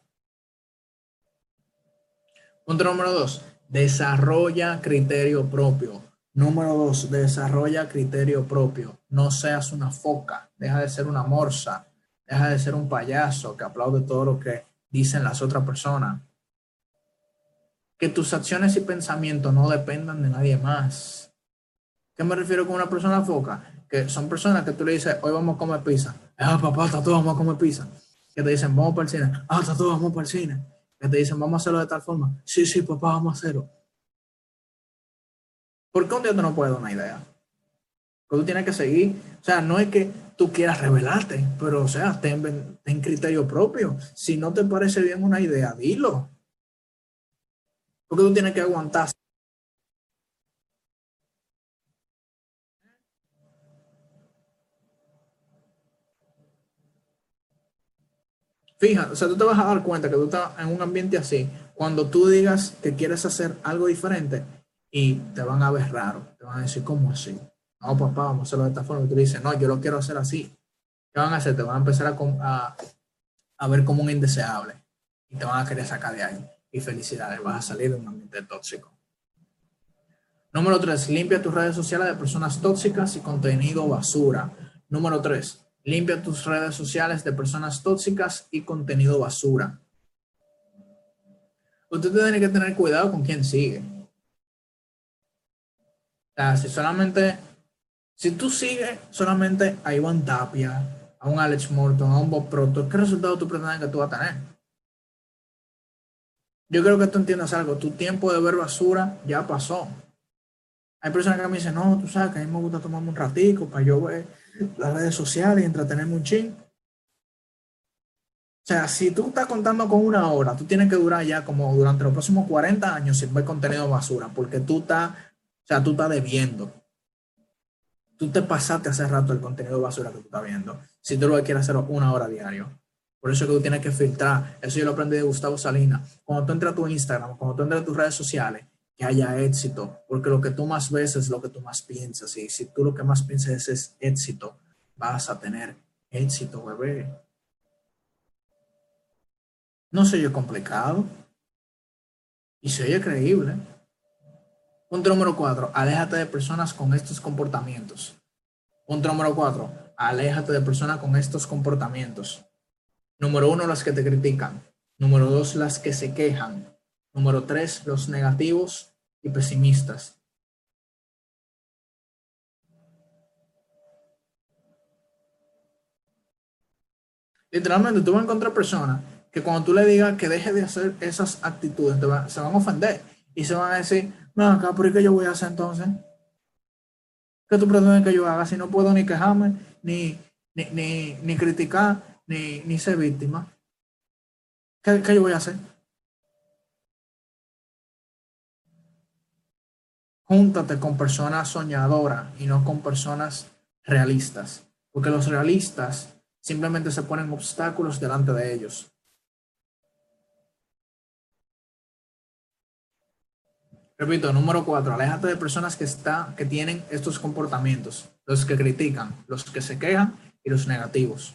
Punto número dos, desarrolla criterio propio. Número dos, desarrolla criterio propio. No seas una foca, deja de ser una morsa, deja de ser un payaso que aplaude todo lo que dicen las otras personas. Que tus acciones y pensamientos no dependan de nadie más. ¿Qué me refiero con una persona foca? Que son personas que tú le dices, hoy vamos a comer pizza. Ah, papá, está todo, vamos a comer pizza. Que te dicen, vamos para el cine. Ah, está todo, vamos para el cine. Que te dicen, vamos a hacerlo de tal forma. Sí, sí, papá, vamos a hacerlo. ¿Por qué un día tú no puedes dar una idea? Porque tú tienes que seguir. O sea, no es que tú quieras revelarte, pero, o sea, ten, ten criterio propio. Si no te parece bien una idea, dilo. Porque tú tienes que aguantar. Fija, o sea, tú te vas a dar cuenta que tú estás en un ambiente así cuando tú digas que quieres hacer algo diferente y te van a ver raro. Te van a decir, ¿cómo así? No, papá, vamos a hacerlo de esta forma. Y tú dices, no, yo lo quiero hacer así. ¿Qué van a hacer? Te van a empezar a, a, a ver como un indeseable y te van a querer sacar de ahí. Y felicidades, vas a salir de un ambiente tóxico. Número tres, limpia tus redes sociales de personas tóxicas y contenido basura. Número tres, limpia tus redes sociales de personas tóxicas y contenido basura. Usted tiene que tener cuidado con quién sigue. O sea, si solamente, si tú sigues solamente a Iván Tapia, a un Alex Morton, a un Bob Proctor, ¿qué resultado tú pretendes que tú vas a tener? Yo creo que tú entiendas algo. Tu tiempo de ver basura ya pasó. Hay personas que me dicen, no, tú sabes que a mí me gusta tomarme un ratico para yo ver las redes sociales y entretenerme un ching. O sea, si tú estás contando con una hora, tú tienes que durar ya como durante los próximos cuarenta años sin ver contenido basura, porque tú estás, o sea, tú estás debiendo. Tú te pasaste hace rato el contenido basura que tú estás viendo. Si tú lo que quieres hacer una hora diario. Por eso es que tú tienes que filtrar. Eso yo lo aprendí de Gustavo Salinas. Cuando tú entras a tu Instagram, cuando tú entras a tus redes sociales, que haya éxito. Porque lo que tú más ves es lo que tú más piensas. Y si tú lo que más piensas es éxito, vas a tener éxito, bebé. No se oye complicado. Y se oye creíble. Punto número cuatro. Aléjate de personas con estos comportamientos. Punto número cuatro. Aléjate de personas con estos comportamientos. Número uno, las que te critican. Número dos, las que se quejan. Número tres, los negativos y pesimistas. Literalmente, tú vas a encontrar personas que cuando tú le digas que deje de hacer esas actitudes, te va, se van a ofender y se van a decir, no, acá, ¿por qué yo voy a hacer entonces? ¿Qué tú pretendes que yo haga si no puedo ni quejarme, ni, ni, ni, ni criticar, ni, ni ser víctima? ¿Qué, ¿Qué yo voy a hacer? Júntate con personas soñadoras y no con personas realistas, porque los realistas simplemente se ponen obstáculos delante de ellos. Repito, número cuatro, aléjate de personas que, está, que tienen estos comportamientos, los que critican, los que se quejan y los negativos.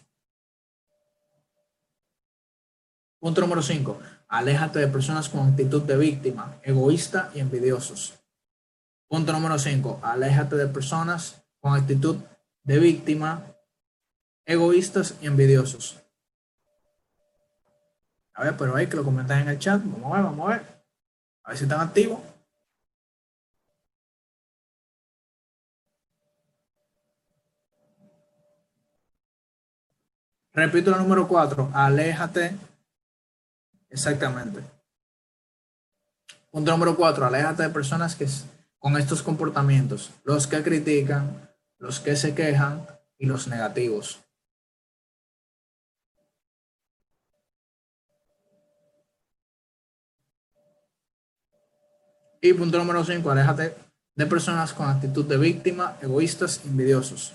Punto número cinco, aléjate de personas con actitud de víctima, egoísta y envidiosos. Punto número cinco, aléjate de personas con actitud de víctima, egoístas y envidiosos. A ver, pero hay que lo comentan en el chat. Vamos a ver, vamos a ver. A ver si están activos. Repito la número cuatro, aléjate, exactamente. Punto número cuatro, aléjate de personas que con estos comportamientos, los que critican, los que se quejan y los negativos. Y punto número cinco, aléjate de personas con actitud de víctima, egoístas, envidiosos.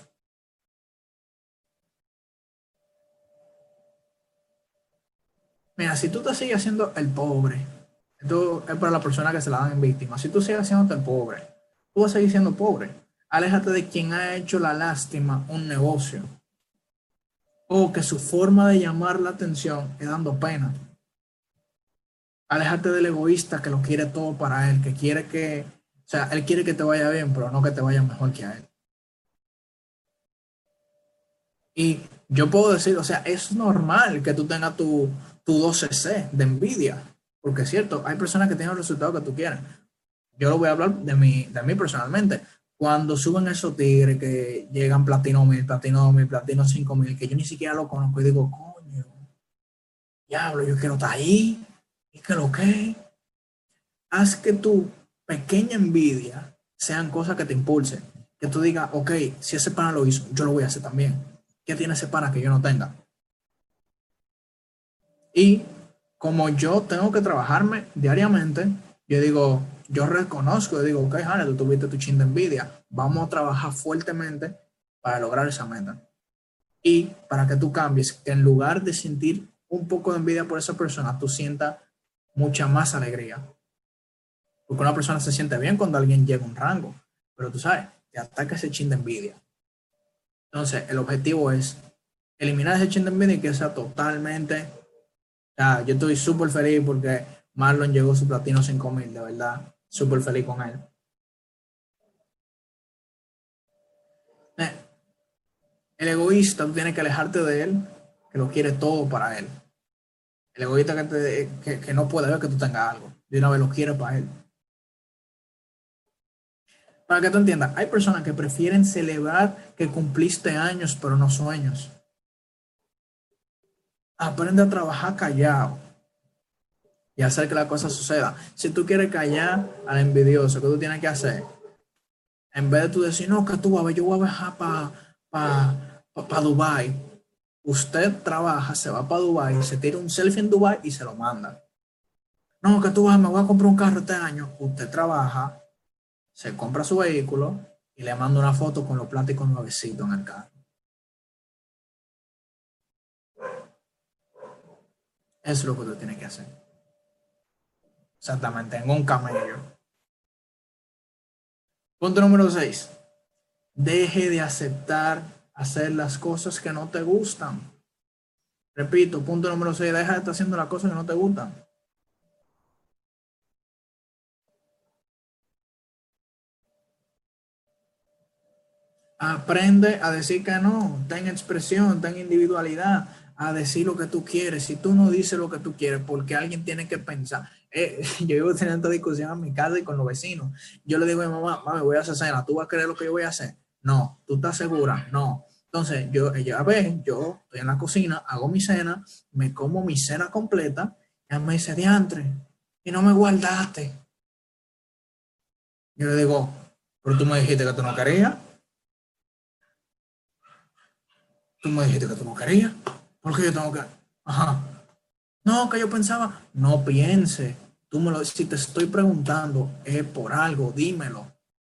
Mira, si tú te sigues haciendo el pobre, esto es para la persona que se la dan en víctima, si tú sigues haciéndote el pobre, tú vas a seguir siendo pobre. Aléjate de quien ha hecho la lástima un negocio o que su forma de llamar la atención es dando pena. Aléjate del egoísta que lo quiere todo para él, que quiere que, o sea, él quiere que te vaya bien, pero no que te vaya mejor que a él. Y yo puedo decir, o sea, es normal que tú tengas tu, tu doce C de envidia, porque es cierto, hay personas que tienen el resultado que tú quieres. Yo lo voy a hablar de mí, de mí personalmente. Cuando suben esos tigres que llegan platino mil, platino dos mil, platino cinco mil, que yo ni siquiera lo conozco y digo, coño, diablo, yo quiero estar ahí, y que lo que, haz que tu pequeña envidia sean cosas que te impulsen, que tú digas, ok, si ese pana lo hizo, yo lo voy a hacer también. ¿Qué tiene ese pana que yo no tenga? Y como yo tengo que trabajarme diariamente, yo digo, yo reconozco, yo digo, ok, Jane, tú tuviste tu chin de envidia, vamos a trabajar fuertemente para lograr esa meta. Y para que tú cambies, que en lugar de sentir un poco de envidia por esa persona, tú sientas mucha más alegría. Porque una persona se siente bien cuando alguien llega a un rango, pero tú sabes, te ataca ese chin de envidia. Entonces, el objetivo es eliminar ese chin de envidia y que sea totalmente. O sea, yo estoy súper feliz porque Marlon llegó a su platino cinco mil, de verdad. Súper feliz con él. Eh, El egoísta, tú tienes que alejarte de él, que lo quiere todo para él. El egoísta que, te, que, que no puede ver que tú tengas algo. De una vez lo quiere para él. Para que tú entiendas, hay personas que prefieren celebrar que cumpliste años, pero no sueños. Aprende a trabajar callado y hacer que la cosa suceda. Si tú quieres callar al envidioso, ¿qué tú tienes que hacer? En vez de tú decir, no, que tú vas a ver, yo voy a viajar para pa, pa, pa Dubái. Usted trabaja, se va para Dubái, se tira un selfie en Dubái y se lo manda. No, que tú vas, me voy a comprar un carro este año. Usted trabaja, se compra su vehículo y le manda una foto con los plásticos nuevecitos en el carro. Eso es lo que tú tienes que hacer. Exactamente, en un camello. Punto número seis. Deje de aceptar hacer las cosas que no te gustan. Repito, punto número seis. Deja de estar haciendo las cosas que no te gustan. Aprende a decir que no. Ten expresión, ten individualidad. A decir lo que tú quieres. Si tú no dices lo que tú quieres, porque alguien tiene que pensar. Eh, yo iba teniendo discusión en mi casa y con los vecinos. Yo le digo a mi mamá, mami, voy a hacer cena. ¿Tú vas a creer lo que yo voy a hacer? No. ¿Tú estás segura? No. Entonces, yo, ella ve, yo estoy en la cocina, hago mi cena, me como mi cena completa, y ella me dice, diantre, y no me guardaste. Yo le digo, pero tú me dijiste que tú no querías. Tú me dijiste que tú no querías. ¿Por qué yo tengo que...? Ajá. No, que yo pensaba, no piense. Tú me lo, si te estoy preguntando, es por algo, dímelo.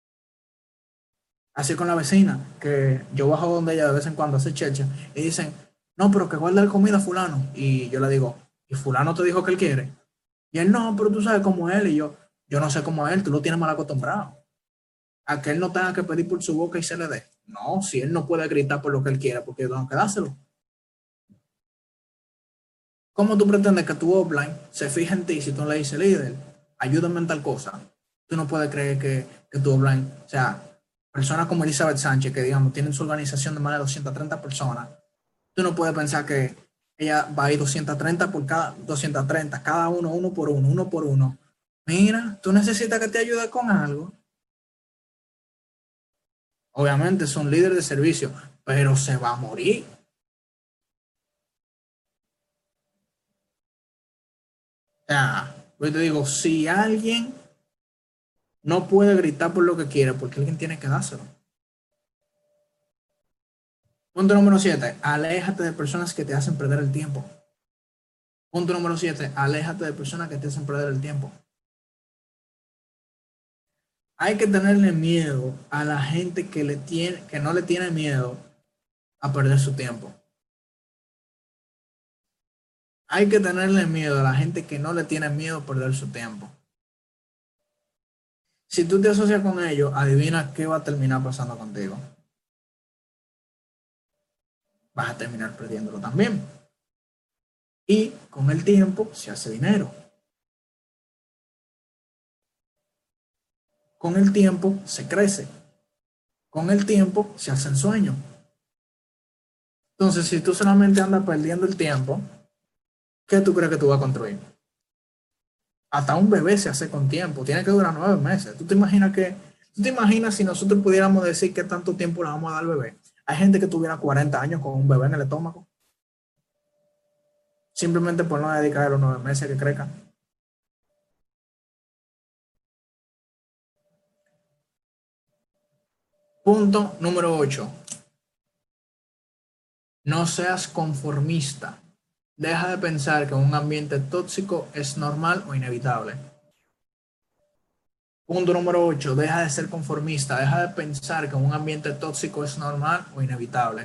Así con la vecina, que yo bajo donde ella de vez en cuando hace checha, y dicen, no, pero que guarde la comida fulano. Y yo le digo, ¿y fulano te dijo que él quiere? Y él, no, pero tú sabes cómo es él. Y yo, yo no sé cómo es él, tú lo tienes mal acostumbrado. A que él no tenga que pedir por su boca y se le dé. No, si él no puede gritar por lo que él quiera, porque yo tengo que dárselo. ¿Cómo tú pretendes que tu offline se fije en ti si tú le dices, líder, ayúdame en tal cosa? Tú no puedes creer que, que tu offline, o sea, personas como Elizabeth Sánchez, que digamos, tienen su organización de más de doscientas treinta personas, tú no puedes pensar que ella va a ir doscientas treinta por cada, doscientas treinta, cada uno, uno por uno, uno por uno. Mira, tú necesitas que te ayude con algo. Obviamente es un líder de servicio, pero se va a morir. sea, yo te digo, si alguien no puede gritar por lo que quiere, porque alguien tiene que dárselo. Punto número siete, aléjate de personas que te hacen perder el tiempo. Punto número siete, aléjate de personas que te hacen perder el tiempo. Hay que tenerle miedo a la gente que, le tiene, que no le tiene miedo a perder su tiempo. Hay que tenerle miedo a la gente que no le tiene miedo a perder su tiempo. Si tú te asocias con ellos, adivina qué va a terminar pasando contigo. Vas a terminar perdiéndolo también. Y con el tiempo se hace dinero. Con el tiempo se crece. Con el tiempo se hacen sueños. Entonces, si tú solamente andas perdiendo el tiempo, ¿qué tú crees que tú vas a construir? Hasta un bebé se hace con tiempo. Tiene que durar nueve meses. ¿Tú te imaginas que, tú te imaginas si nosotros pudiéramos decir qué tanto tiempo le vamos a dar al bebé? Hay gente que tuviera cuarenta años con un bebé en el estómago. Simplemente por no dedicar los nueve meses que crezcan. Punto número ocho. No seas conformista. Deja de pensar que un ambiente tóxico es normal o inevitable. Punto número ocho. Deja de ser conformista. Deja de pensar que un ambiente tóxico es normal o inevitable.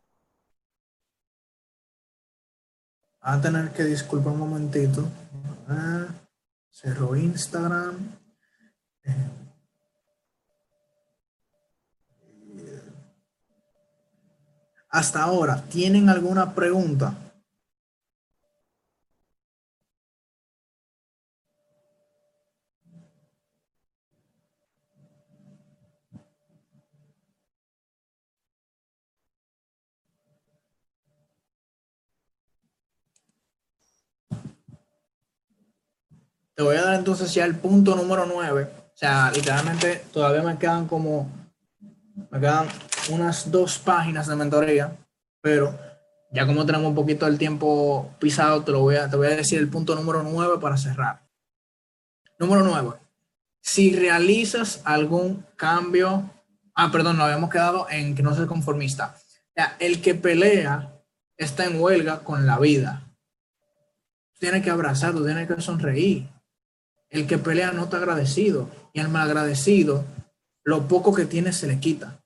Vas a tener que disculpar un momentito. Ah, cerró Instagram. Eh, Hasta ahora, ¿tienen alguna pregunta? Te voy a dar entonces ya el punto número nueve. O sea, literalmente todavía me quedan como, me quedan unas dos páginas de mentoría, pero ya como tenemos un poquito del tiempo pisado, te, lo voy a, te voy a decir el punto número nueve para cerrar. Número nueve. Si realizas algún cambio, ah, perdón, nos habíamos quedado en que no seas conformista. O sea, el que pelea está en huelga con la vida. Tienes que abrazarlo, tienes que sonreír. El que pelea no está agradecido. Y al malagradecido, lo poco que tiene se le quita.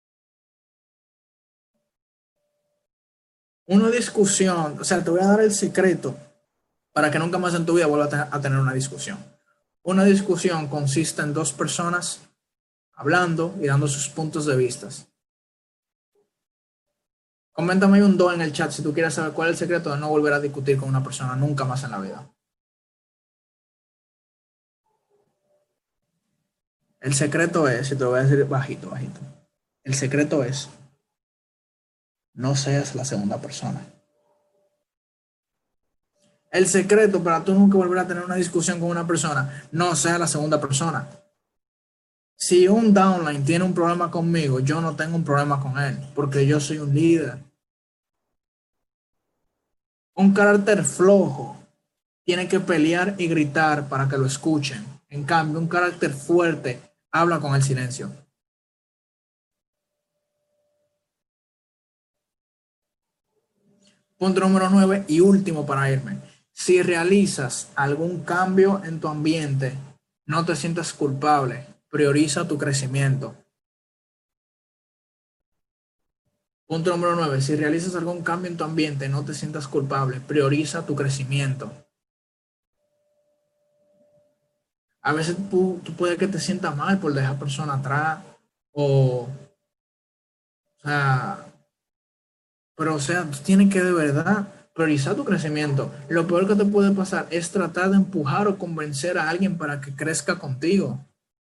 Una discusión, o sea, te voy a dar el secreto para que nunca más en tu vida vuelvas a tener una discusión. Una discusión consiste en dos personas hablando y dando sus puntos de vista. Coméntame un do en el chat si tú quieres saber cuál es el secreto de no volver a discutir con una persona nunca más en la vida. El secreto es, y te lo voy a decir bajito, bajito. El secreto es, no seas la segunda persona. El secreto para tú nunca volver a tener una discusión con una persona, no seas la segunda persona. Si un downline tiene un problema conmigo, yo no tengo un problema con él, porque yo soy un líder. Un carácter flojo tiene que pelear y gritar para que lo escuchen. En cambio, un carácter fuerte habla con el silencio. Punto número nueve y último para irme. Si realizas algún cambio en tu ambiente, no te sientas culpable. Prioriza tu crecimiento. Punto número nueve. Si realizas algún cambio en tu ambiente, no te sientas culpable. Prioriza tu crecimiento. A veces tú, tú puedes que te sientas mal por dejar personas atrás o, o sea, pero o sea, tú tienes que de verdad priorizar tu crecimiento. Lo peor que te puede pasar es tratar de empujar o convencer a alguien para que crezca contigo.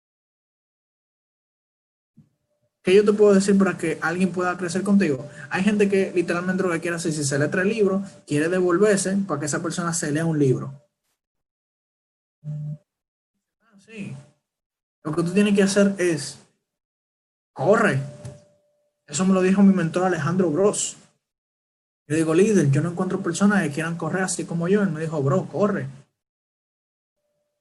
¿Qué yo te puedo decir para que alguien pueda crecer contigo? Hay gente que literalmente lo que quiere hacer, si se lee tres libros, quiere devolverse para que esa persona se lea un libro. Sí. Lo que tú tienes que hacer es, corre. Eso me lo dijo mi mentor Alejandro Bros. Yo digo, líder, yo no encuentro personas que quieran correr así como yo. Él me dijo, bro, corre.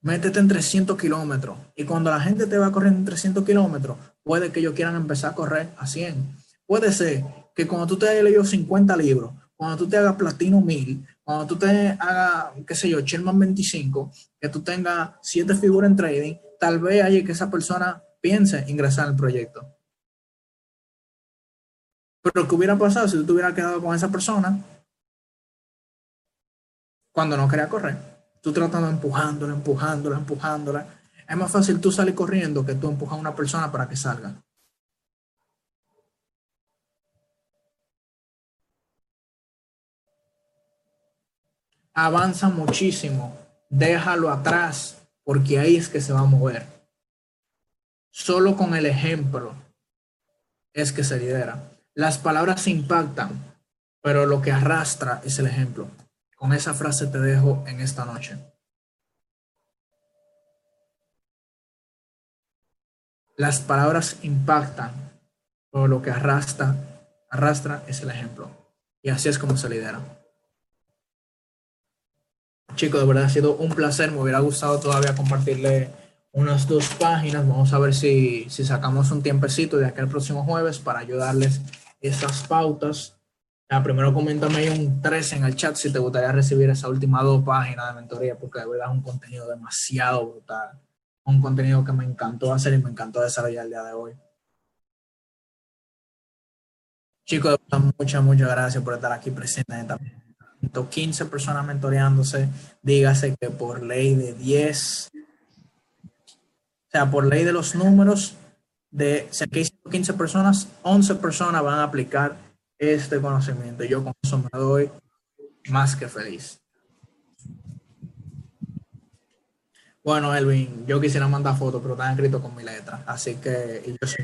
Métete en trescientos kilómetros. Y cuando la gente te va corriendo en trescientos kilómetros, puede que ellos quieran empezar a correr a cien. Puede ser que cuando tú te hayas leído cincuenta libros, cuando tú te hagas platino mil, cuando tú te hagas, qué sé yo, Sherman veinticinco, que tú tengas siete figuras en trading, tal vez haya que esa persona piense ingresar al proyecto. Pero ¿qué hubiera pasado si tú te hubieras quedado con esa persona cuando no quería correr? Tú tratando empujándola, empujándola, empujándola. Es más fácil tú salir corriendo que tú empujar a una persona para que salga. Avanza muchísimo. Déjalo atrás, porque ahí es que se va a mover. Solo con el ejemplo es que se lidera. Las palabras impactan, pero lo que arrastra es el ejemplo. Con esa frase te dejo en esta noche. Las palabras impactan, pero lo que arrastra, arrastra es el ejemplo. Y así es como se lidera. Chicos, de verdad ha sido un placer. Me hubiera gustado todavía compartirle unas dos páginas. Vamos a ver si, si sacamos un tiempecito de aquí al próximo jueves para ayudarles esas pautas. Ya, primero coméntame ahí un tres en el chat si te gustaría recibir esa última dos páginas de mentoría, porque de verdad es un contenido demasiado brutal. Un contenido que me encantó hacer y me encantó desarrollar el día de hoy. Chicos, de verdad, muchas, muchas gracias por estar aquí presentes en esta quince personas mentoreándose, dígase que por ley de diez, o sea, por ley de los números, de si aquí hay ciento quince personas, once personas van a aplicar este conocimiento. Yo con eso me doy más que feliz. Bueno, Elvin, yo quisiera mandar fotos, pero están escritos con mi letra, así que y yo soy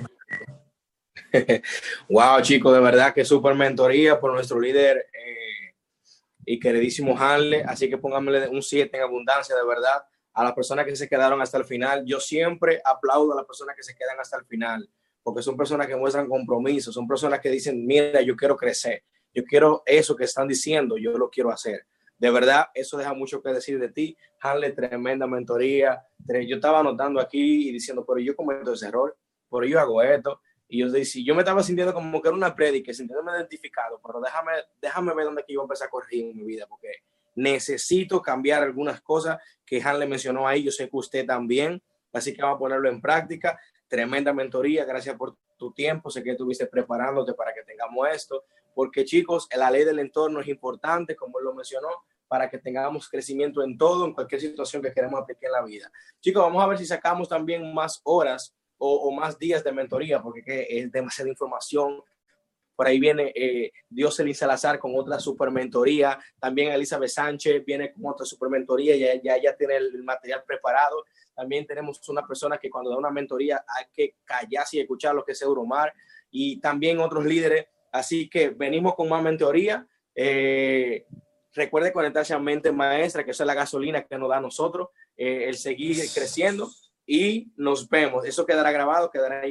Wow, chicos, de verdad que súper mentoría por nuestro líder eh, y queridísimo Hanle. Así que pónganmele un siete en abundancia, de verdad. A las personas que se quedaron hasta el final, yo siempre aplaudo a las personas que se quedan hasta el final, porque son personas que muestran compromiso, son personas que dicen, mira, yo quiero crecer, yo quiero eso que están diciendo, yo lo quiero hacer. De verdad, eso deja mucho que decir de ti, Hanle, tremenda mentoría. Yo estaba anotando aquí y diciendo, pero yo cometo ese error, pero yo hago esto. Y yo decía, yo me estaba sintiendo como que era una prédica, sintiéndome identificado, pero déjame, déjame ver dónde que yo voy a empezar a corregir en mi vida, porque necesito cambiar algunas cosas que Han le mencionó ahí. Yo sé que usted también, así que vamos a ponerlo en práctica. Tremenda mentoría, gracias por tu tiempo. Sé que estuviste preparándote para que tengamos esto, porque chicos, la ley del entorno es importante, como él lo mencionó, para que tengamos crecimiento en todo, en cualquier situación que queremos aplicar en la vida. Chicos, vamos a ver si sacamos también más horas o, o más días de mentoría, porque es demasiada información. Por ahí viene eh, Dioselin Salazar con otra super mentoría. También Elizabeth Sánchez viene con otra super mentoría. Ya, ya, ya tiene el material preparado. También tenemos una persona que cuando da una mentoría hay que callarse y escuchar lo que es Euromar. Y también otros líderes. Así que venimos con más mentoría. Eh, recuerde conectarse a Mente Maestra, que esa es la gasolina que nos da a nosotros. Eh, el seguir creciendo. Y nos vemos. Eso quedará grabado, quedará ahí.